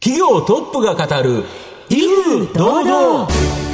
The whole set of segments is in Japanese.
企業トップが語る威風堂々。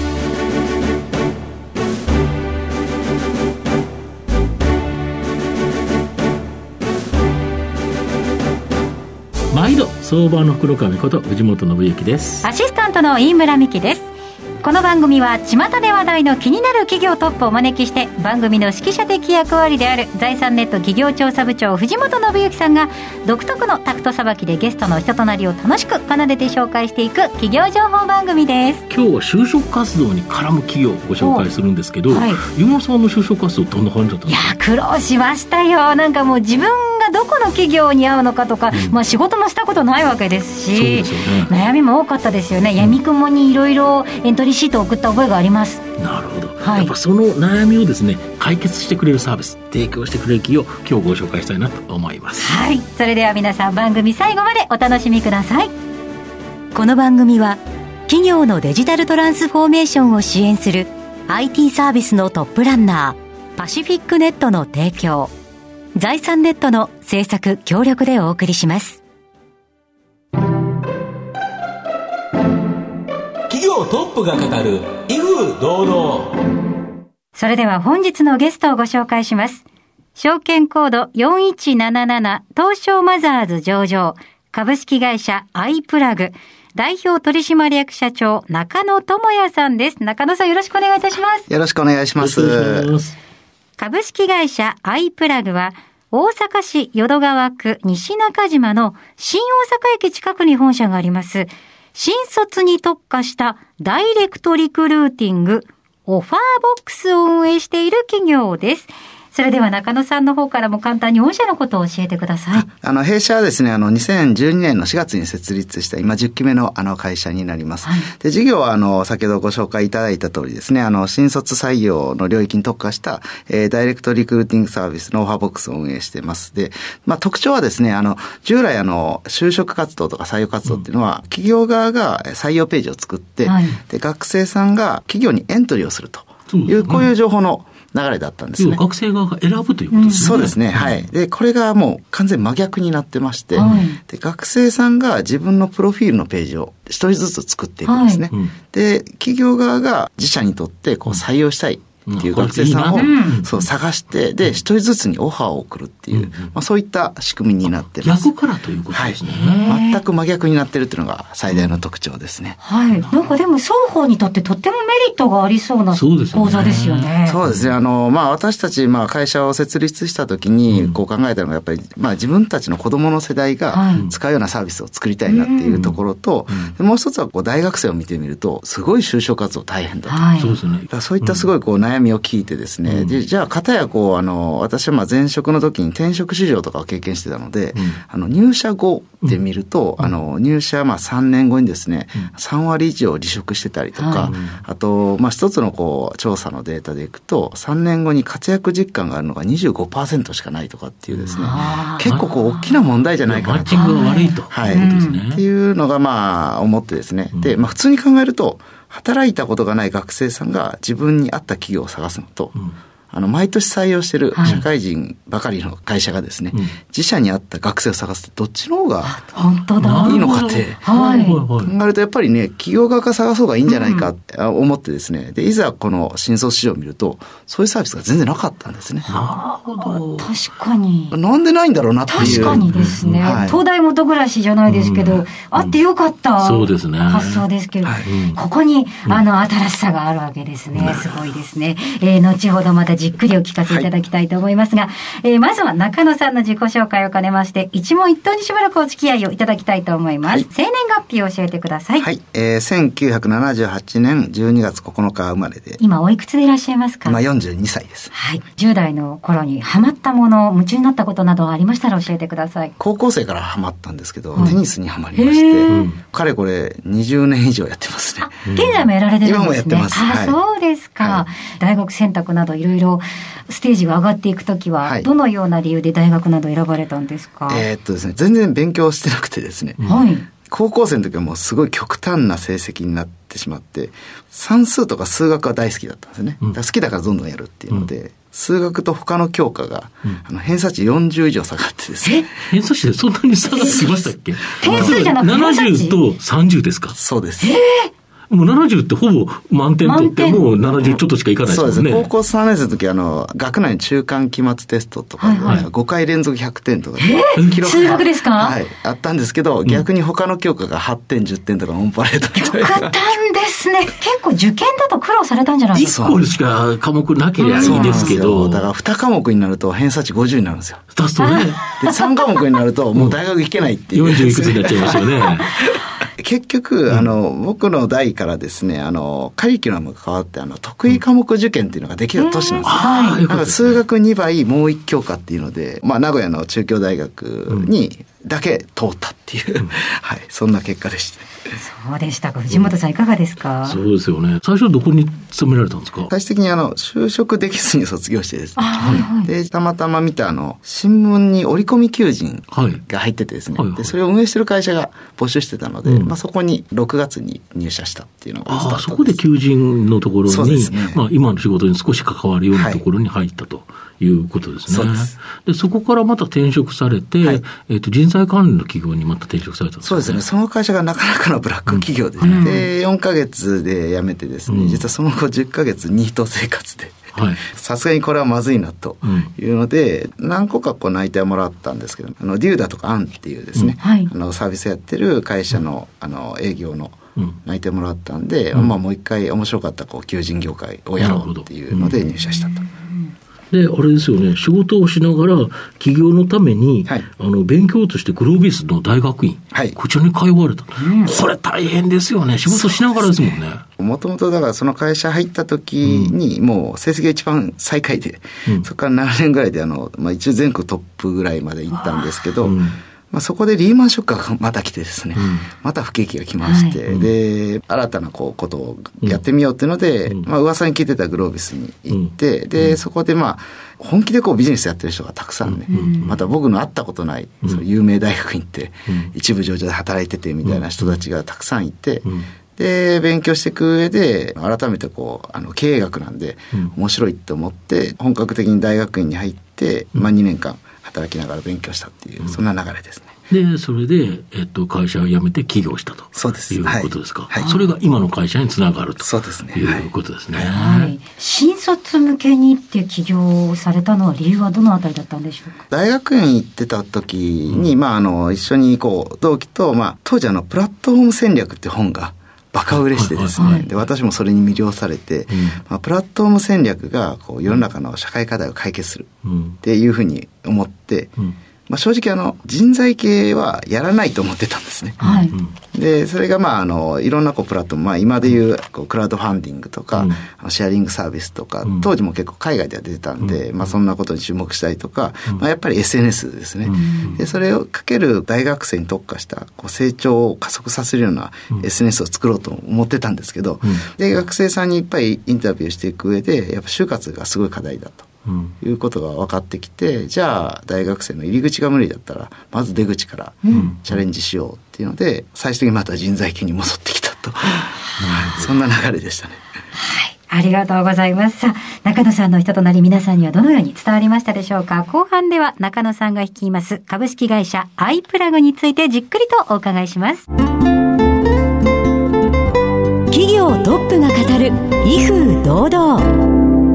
毎度相場の福上こと藤本信之です。 アシスタントの飯村美希です。この番組は巷で話題の気になる企業トップをお招きして、番組の指揮者的役割である財産ネット企業調査部長藤本信之さんが独特のタクトさばきでゲストの人となりを楽しく奏でて紹介していく企業情報番組です。 今日は就職活動に絡む企業をご紹介するんですけど、 はい、 湯村さんの就職活動どんな感じだったんですか？ いや苦労しましたよ。なんかもう自分がどこの企業に合うのかとか、仕事もしたことないわけですし、 そうですよね、 悩みも多かったですよね。闇雲にいろいろエントリーシートを送った覚えがあります。 なるほど、やっぱその悩みをですね解決してくれるサービス提供してくれる企業、今日ご紹介したいなと思います。 はい、それでは皆さん番組最後までお楽しみください。この番組は企業のデジタルトランスフォーメーションを支援する IT サービスのトップランナーパシフィックネットの提供、財産ネットの制作協力でお送りします。 企業トップが語る威風堂々。 それでは本日のゲストをご紹介します。証券コード4177東証マザーズ上場株式会社アイプラグ代表取締役社長中野智也さんです。中野さん、よろしくお願いいたします。 よろしくお願いします。 株式会社アイプラグは大阪市淀川区西中島の新大阪駅近くに本社があります。新卒に特化したダイレクトリクルーティングオファーボックスを運営している企業です。それでは中野さんの方からも簡単に御社のことを教えてください。 弊社はですね、2012年の4月に設立した今10期目の会社になります。はい、で、事業は先ほどご紹介いただいた通りですね、新卒採用の領域に特化した、ダイレクトリクルーティングサービスのオファーボックスを運営しています。で、特徴はですね、従来就職活動とか採用活動っていうのは、企業側が採用ページを作って、はい、で、学生さんが企業にエントリーをするという、こういう情報の流れだったんですね。 学生側が選ぶということですね。 そうですね。はい。で、これがもう完全真逆になってまして、はい、で、学生さんが自分のプロフィールのページを一人ずつ作っていくんですね。はい、で、企業側が自社にとって採用したいっていう学生さんを、そう探して、で、一人ずつにオファーを送るっていう、そういった仕組みになってます。 逆からということですね。 はい。全く真逆になってるっていうのが最大の特徴ですね。 はい。なんかでも双方にとってとってもメリットがありそうな講座ですよね。 そうですね。私たち、会社を設立した時に、こう考えたのが、やっぱり、自分たちの子供の世代が使うようなサービスを作りたいなっていうところと、もう一つは、大学生を見てみると、すごい就職活動大変だと。 そうですね。 そういったすごい悩みを聞いてですね、じゃあ、片や私は前職の時に転職市場とかを経験してたので、入社後で見ると、入社3年後にですね、3割以上離職してたりとか、あと、一つの調査のデータでいくと、3年後に活躍実感があるのが 25% しかないとかっていうですね、結構大きな問題じゃないかなと。 マッチングが悪いと。 はい。っていうのが思ってですね。で、普通に考えると、働いたことがない学生さんが自分に合った企業を探すのと、毎年採用してる社会人ばかりの会社がですね、自社に合った学生を探すってどっちの方がいいのかって考えると、やっぱりね、企業側が探そうがいいんじゃないかって思ってですね、で、いざこの新卒市場を見ると、そういうサービスが全然なかったんですね。 なるほど。確かに。 なんでないんだろうなっていう。 確かにですね。東大元暮らしじゃないですけど、あってよかった発想ですけど、ここに新しさがあるわけですね。すごいですね。後ほどまたじっくりお聞かせいただきたいと思いますが、まずは中野さんの自己紹介を兼ねまして、一問一答にしばらくお付き合いをいただきたいと思います。生年月日を教えてください。 はい。1978年12月9日生まれで。 今おいくつでいらっしゃいますか？ 今42歳です。 はい。10代の頃にハマったもの、夢中になったことなどありましたら教えてください。 高校生からハマったんですけど、テニスにハマりまして、かれこれ20年以上やってますね。 現在もやられてるんですね。 今もやってます。 そうですか。大学選択などいろいろステージが上がっていくときは、どのような理由で大学など選ばれたんですか？ ですね、全然勉強してなくてですね、高校生の時はもうすごい極端な成績になってしまって、算数とか数学は大好きだったんですね。好きだからどんどんやるっていうので、 数学と他の教科が、偏差値40以上下がってですね。 偏差値でそんなに差がつきましたっけ？ 点数じゃなくて偏差値 70と30ですか？ そうです。 もう70ってほぼ満点取ってもう70ちょっとしかいかないですもんね。 そうですね。高校3年生の時学内の中間期末テストとかで、5回連続100点とか記録数学ですか？ はい。あったんですけど、逆に他の教科が8点、10点とかオンパレードみたいな。 極端ですね。結構受験だと苦労されたんじゃないですか ？1個しか科目なければいいですけど。 だから2科目になると偏差値50になるんですよ。 足すとね。 で、3科目になるともう大学行けないっていう。 40いくつになっちゃいますよね。 結局、僕の代からですね、カリキュラムが変わって、得意科目受験っていうのができた年なんですよ。だから数学2倍、もう1教科っていうので、名古屋の中京大学にだけ通ったっていう、はい、そんな結果でした。 そうでしたか。藤本さんいかがですか？ そうですよね。最初どこに勤められたんですか？ 最終的に就職できずに卒業してですね。で、たまたま見た新聞に折り込み求人が入っててですね。で、それを運営してる会社が募集してたので、そこに6月に入社したっていうのがスタートです。 そこで求人のところに、今の仕事に少し関わるようなところに入ったということですね。で、そこからまた転職されて、人材関連の企業にまた転職されたんですか？ そうですね。その会社がなかなかのブラック企業で、で、4ヶ月で辞めてですね、実はその後10ヶ月ニート生活で、さすがにこれはまずいなというので、何個か内定もらったんですけど、デューダとかアンっていうですね、サービスやってる会社の、営業の内定もらったんで、もう一回面白かった求人業界をやろうっていうので入社したと。 で、あれですよね、仕事をしながら企業のために、勉強としてグロービスの大学院、こちらに通われた、これ大変ですよね。仕事しながらですもんね。 もともとだからその会社入った時にもう成績が一番最下位で、そこから7年ぐらいで一応全国トップぐらいまで行ったんですけど、そこでリーマンショックがまた来てですね、また不景気が来まして、で、新たなことをやってみようっていうので、噂に聞いてたグロービスに行って、で、そこで本気でビジネスやってる人がたくさんね、また僕の会ったことない、その有名大学院って、一部上場で働いててみたいな人たちがたくさんいて、で、勉強していく上で、改めて経営学なんで、面白いって思って、本格的に大学院に入って、2年間、働きながら勉強したっていう、そんな流れですね。 で、それで、会社を辞めて起業したと。 そうです。 いうことですか。それが今の会社につながると。 そうですね。 いうことですね。 新卒向けにって起業をされたのは理由はどのあたりだったんでしょうか？ 大学院行ってた時に、一緒に同期と、当時プラットフォーム戦略って本が、バカ売れしてですね、で、私もそれに魅了されて、プラットフォーム戦略が世の中の社会課題を解決するっていうふうに思って、正直人材系はやらないと思ってたんですね。で、それがいろんなプラットフォーム、今でいうクラウドファンディングとか、シェアリングサービスとか、当時も結構海外では出てたんで、そんなことに注目したりとか、やっぱり SNS ですね。で、それをかける大学生に特化した成長を加速させるような SNS を作ろうと思ってたんですけど、で、学生さんにいっぱいインタビューしていく上で、やっぱ就活がすごい課題だと。いうことが分かってきて、じゃあ大学生の入り口が無理だったらまず出口からチャレンジしようっていうので、最終的にまた人材系に戻ってきたと、そんな流れでしたね。 ありがとうございます。さあ、中野さんの人となり皆さんにはどのように伝わりましたでしょうか？後半では中野さんが率います株式会社アイプラグについてじっくりとお伺いします。企業トップが語る威風堂々。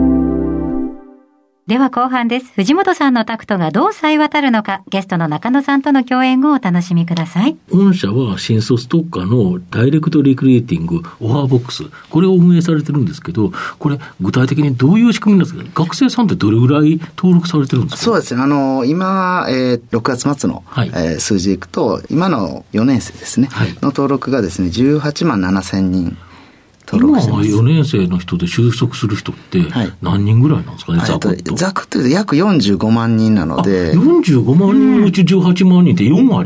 では後半です。藤本さんのタクトがどう冴え渡るのか、ゲストの中野さんとの共演をお楽しみください。 御社は新卒特化のダイレクトリクルーティングオファーボックス、これを運営されてるんですけど、これ具体的にどういう仕組みなんですか？学生さんってどれぐらい登録されてるんですか？ そうですね。今、6月末の、数字でいくと、今の4年生ですね、の登録がですね、18万7000人。 今は4年生の人で就職する人って何人ぐらいなんですかね、 ざくっというと約45万人なので。 45万人のうち18万人って4割。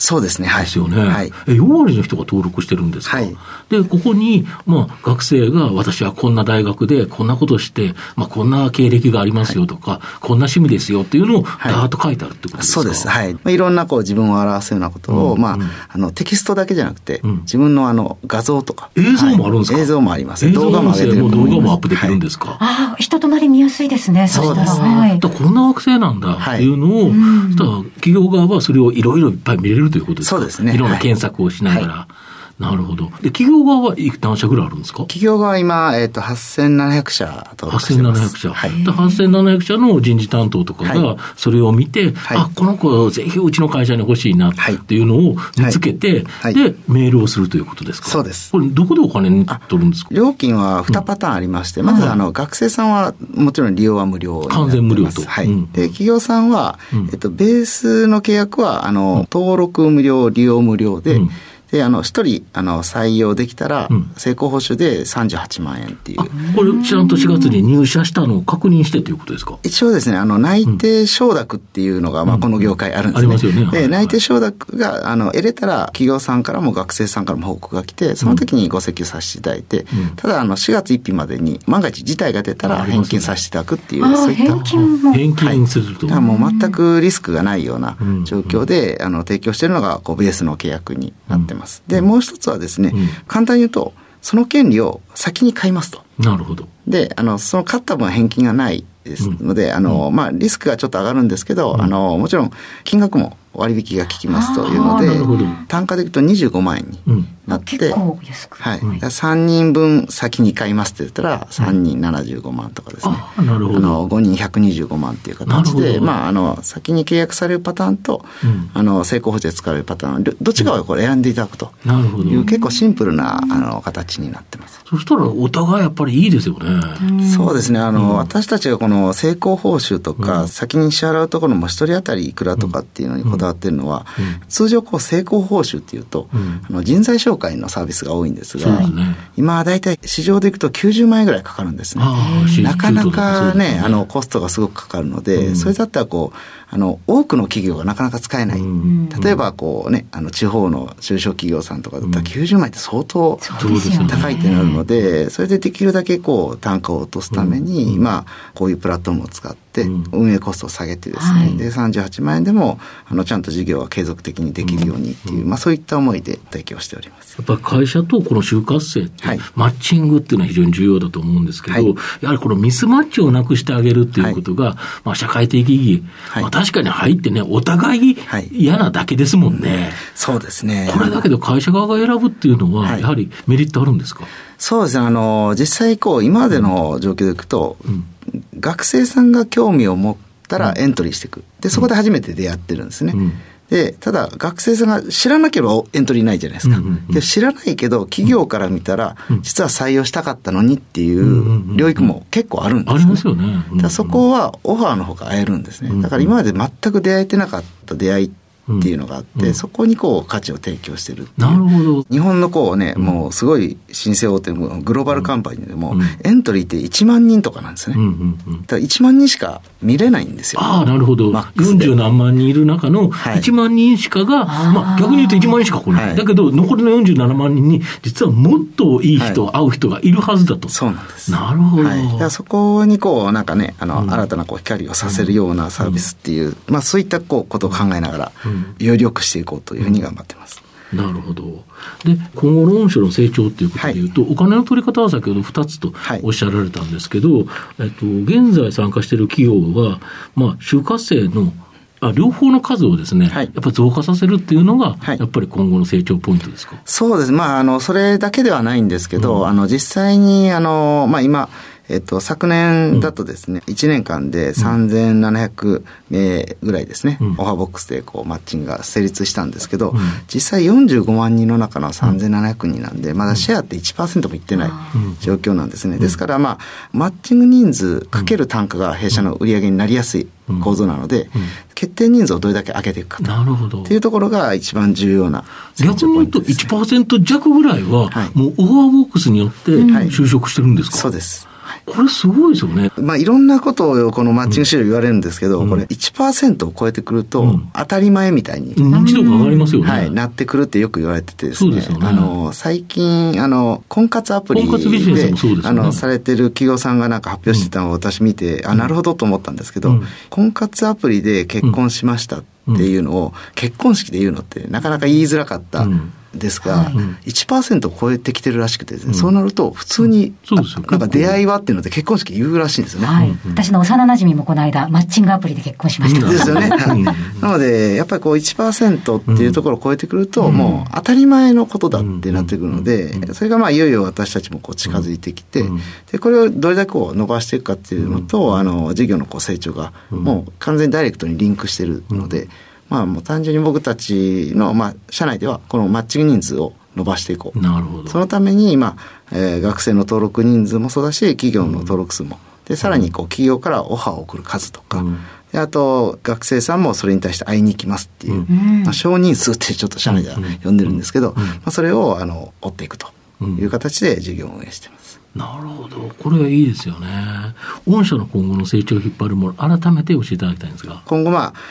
そうですね。はい。 ですよね。 はい。 4割の人が登録してるんですか。 はい。 で、ここに、学生が私はこんな大学でこんなことして、こんな経歴がありますよとか、こんな趣味ですよっていうのをダーッと書いてあるってことですか。 そうです。はい。いろんな自分を表すようなことを、テキストだけじゃなくて、自分の画像とか。 映像もあるんですか。 映像もあります。動画も上げてる。 動画もアップできるんですか。 人となり見やすいですね。 そうですね。 こんな学生なんだっていうのを、企業側はそれをいろいろいっぱい見れるということですか。 そうですね。 いろんな検索をしながら。なるほど。で、企業側は何社ぐらいあるんですか。 企業側は今、8700社と。 8700社。はい。8700社の人事担当とかが、それを見て、この子ぜひうちの会社に欲しいなっていうのを見つけて、で、メールをするということですか。 そうです。 これ、どこでお金取るんですか。 料金は2パターンありまして、まず、学生さんはもちろん利用は無料になってます。 完全無料と。 はい。で、企業さんは、ベースの契約は、登録無料、利用無料で、で、一人、採用できたら、成功報酬で38万円っていう。 これ、ちゃんと4月に入社したのを確認してということですか。 一応ですね、内定承諾っていうのが、この業界あるんですね。 ありますよね。 で、内定承諾が、得れたら、企業さんからも学生さんからも報告が来て、その時にご請求させていただいて、ただ、4月1日までに、万が一事態が出たら、返金させていただくっていう、そういった。 返金すると。 だからもう全くリスクがないような状況で、提供しているのが、ベースの契約になってます。で、もう一つはですね、簡単に言うと、その権利を先に買いますと。 なるほど。 で、その買った分は返金がないですので、リスクがちょっと上がるんですけど、もちろん金額も割引が効きますというので、単価でいくと25万円になって、 結構安く。 はい。3人分先に買いますって言ったら、3人75万とかですね。 なるほど。 5人125万っていう形で、先に契約されるパターンと、成功報酬で使われるパターン、どっちかを選んでいただくという、結構シンプルな、形になってます。 そしたらお互いやっぱりいいですよね。 そうですね。私たちがこの成功報酬とか、先に支払うところも一人当たりいくらとかっていうのにこだわってるのは、通常成功報酬っていうと、人材紹介のサービスが多いんですが、今はだいたい市場でいくと90万円ぐらいかかるんですね。なかなかね、コストがすごくかかるので、それだったら多くの企業がなかなか使えない。例えば地方の中小企業さんとかだったら90万円って相当高いってなるので、それでできるだけ単価を落とすために、こういうプラットフォームを使って運営コストを下げてですね、で38万円でもちゃんと事業は継続的にできるようにっていう、そういった思いで提供しております。 やっぱり会社とこの就活生って、マッチングっていうのは非常に重要だと思うんですけど、やはりこのミスマッチをなくしてあげるっていうことが、社会的意義、確かに入ってね、お互い嫌なだけですもんね。 そうですね。 これだけど会社側が選ぶっていうのは、やはりメリットあるんですか。 そうですね。実際今までの状況でいくと、学生さんが興味を持ったらエントリーしていく。で、そこで初めて出会ってるんですね。で、ただ学生さんが知らなければエントリーないじゃないですか。で、知らないけど企業から見たら、実は採用したかったのにっていう領域も結構あるんですね。 ありますよね。 だそこはオファーの方が会えるんですね。だから今まで全く出会えてなかった出会いっていうのがあって、そこに価値を提供してるっていう。 なるほど。 日本のもうすごい新生大手のグローバルカンパニーでも、エントリーって1万人とかなんですね。だから1万人しか見れないんですよ。 なるほど。40何万人いる中の1万人しかが、逆に言うと1万人しか来ない。だけど、残りの47万人に、実はもっといい人、会う人がいるはずだと。 そうなんです。 なるほど。 だからそこに新たな光をさせるようなサービスっていう、そういったことを考えながら、より良くしていこうというふうに頑張ってます。 なるほど。で、今後の御社の成長ということでいうと、お金の取り方は先ほど2つとおっしゃられたんですけど、現在参加している企業は、就活生の両方の数をですね、やっぱり増加させるっていうのが、やっぱり今後の成長ポイントですか。 そうです。それだけではないんですけど、実際に、今、昨年だとですね、1年間で3700名ぐらいですね、オファーボックスでマッチングが成立したんですけど、実際45万人の中の3700人なんで、まだシェアって 1% もいってない状況なんですね。ですからマッチング人数かける単価が弊社の売り上げになりやすい構造なので、決定人数をどれだけ上げていくかというところが一番重要な成長ポイントです。 逆に言うと 1% 弱ぐらいは、もうオファーボックスによって就職してるんですか。 そうです。 これすごいですよね。 いろんなことをこのマッチング資料言われるんですけど、これ 1% を超えてくると当たり前みたいに、 認知度が上がりますよね。 はい、なってくるってよく言われててですね。 そうですよね。 最近、婚活アプリで、されてる企業さんがなんか発表してたのを私見て、なるほどと思ったんですけど、婚活アプリで結婚しましたっていうのを、結婚式で言うのってなかなか言いづらかった。ですが、1% を超えてきてるらしくてですね、そうなると普通に、なんか出会いはっていうので結婚式言うらしいんですよね。 はい。私の幼馴染もこの間、マッチングアプリで結婚しました。 ですよね。なので、やっぱりこう 1% っていうところを超えてくると、もう当たり前のことだってなってくるので、それがいよいよ私たちもこう近づいてきて、で、これをどれだけこう伸ばしていくかっていうのと、事業のこう成長がもう完全にダイレクトにリンクしてるので、もう単純に僕たちの、社内ではこのマッチング人数を伸ばしていこう。 なるほど。 そのために学生の登録人数もそうだし、企業の登録数も。で、さらにこう企業からオファーを送る数とか、であと学生さんもそれに対して会いに行きますっていう、少人数ってちょっと社内では呼んでるんですけど、それを追っていくという形で事業を運営しています。 なるほど。これはいいですよね。御社の今後の成長を引っ張るもの、改めて教えていただきたいんですが。 今後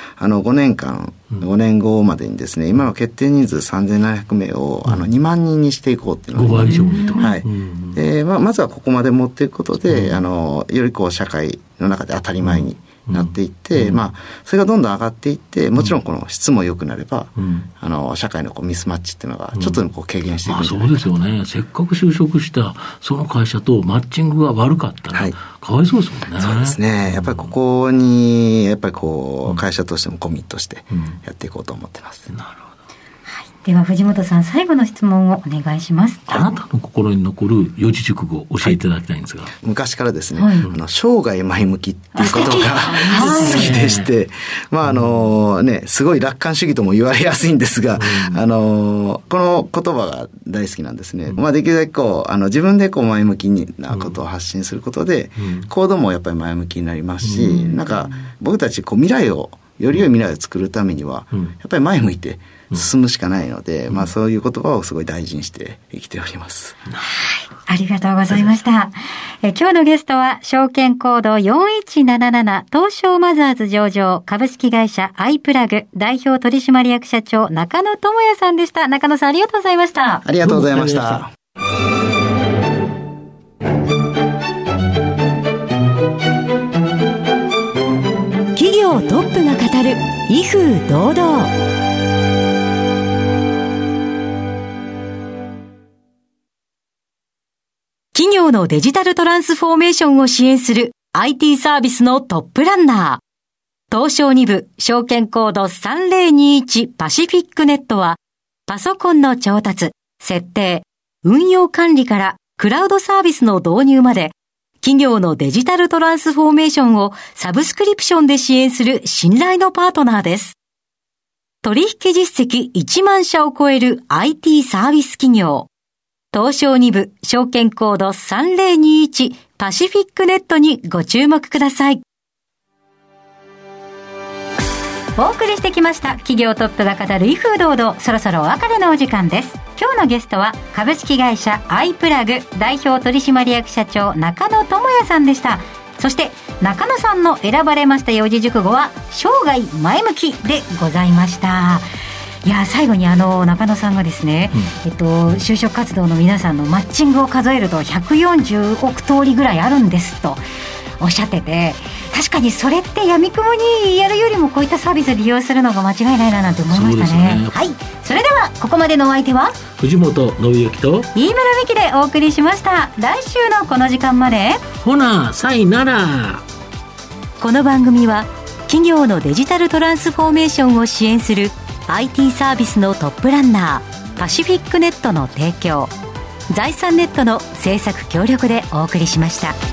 5年間、5年後までにですね、今の決定人数3700名を2万人にしていこうっていうの 5倍以上にと。 はい。で、まずはここまで持っていくことで、よりこう社会の中で当たり前になっていって、それがどんどん上がっていって、もちろんこの質も良くなれば、社会のこうミスマッチっていうのがちょっとでもこう軽減していくんじゃないかな。 そうですよね。せっかく就職したその会社とマッチングが悪かったら、かわいそうですもんね。 そうですね。やっぱりここに、やっぱりこう、会社としてもコミットしてやっていこうと思ってます。 なるほど。 では藤本さん、最後の質問をお願いします。 あなたの心に残る四字熟語を教えていただきたいんですが、 昔からですね、生涯前向きっていうことが好きでして、すごい楽観主義とも言われやすいんですが、この言葉が大好きなんですね。できるだけこう自分でこう前向きなことを発信することで、行動もやっぱり前向きになりますし、なんか僕たちこうより良い未来を作るためには、やっぱり前向いて進むしかないので、そういう言葉をすごい大事にして生きております。 ありがとうございました。今日のゲストは、証券コード4177東証マザーズ上場株式会社アイプラグ代表取締役社長中野智也さんでした。中野さん、ありがとうございました。 ありがとうございました。 企業トップが語る威風堂々。企業のデジタルトランスフォーメーションを支援する IT サービスのトップランナー。東証2部証券コード3021パシフィックネットは、パソコンの調達、設定、運用管理からクラウドサービスの導入まで、企業のデジタルトランスフォーメーションをサブスクリプションで支援する信頼のパートナーです。取引実績1万社を超える IT サービス企業。東証2部証券コード3021パシフィックネットにご注目ください。 お送りしてきました企業トップが語る威風堂々、そろそろお別れのお時間です。今日のゲストは株式会社アイプラグ代表取締役社長中野智也さんでした。そして中野さんの選ばれました四字熟語は生涯前向きでございました。いや、最後に中野さんがですね、就職活動の皆さんのマッチングを数えると140億通りぐらいあるんですとおっしゃってて、確かにそれって闇雲にやるよりもこういったサービス利用するのが間違いないななんて思いましたね。はい、それではここまでのお相手は藤本信之と飯村美希でお送りしました。来週のこの時間までほなさいなら。 この番組は企業のデジタルトランスフォーメーションを支援する IT サービスのトップランナーパシフィックネットの提供、財産ネットの制作協力でお送りしました。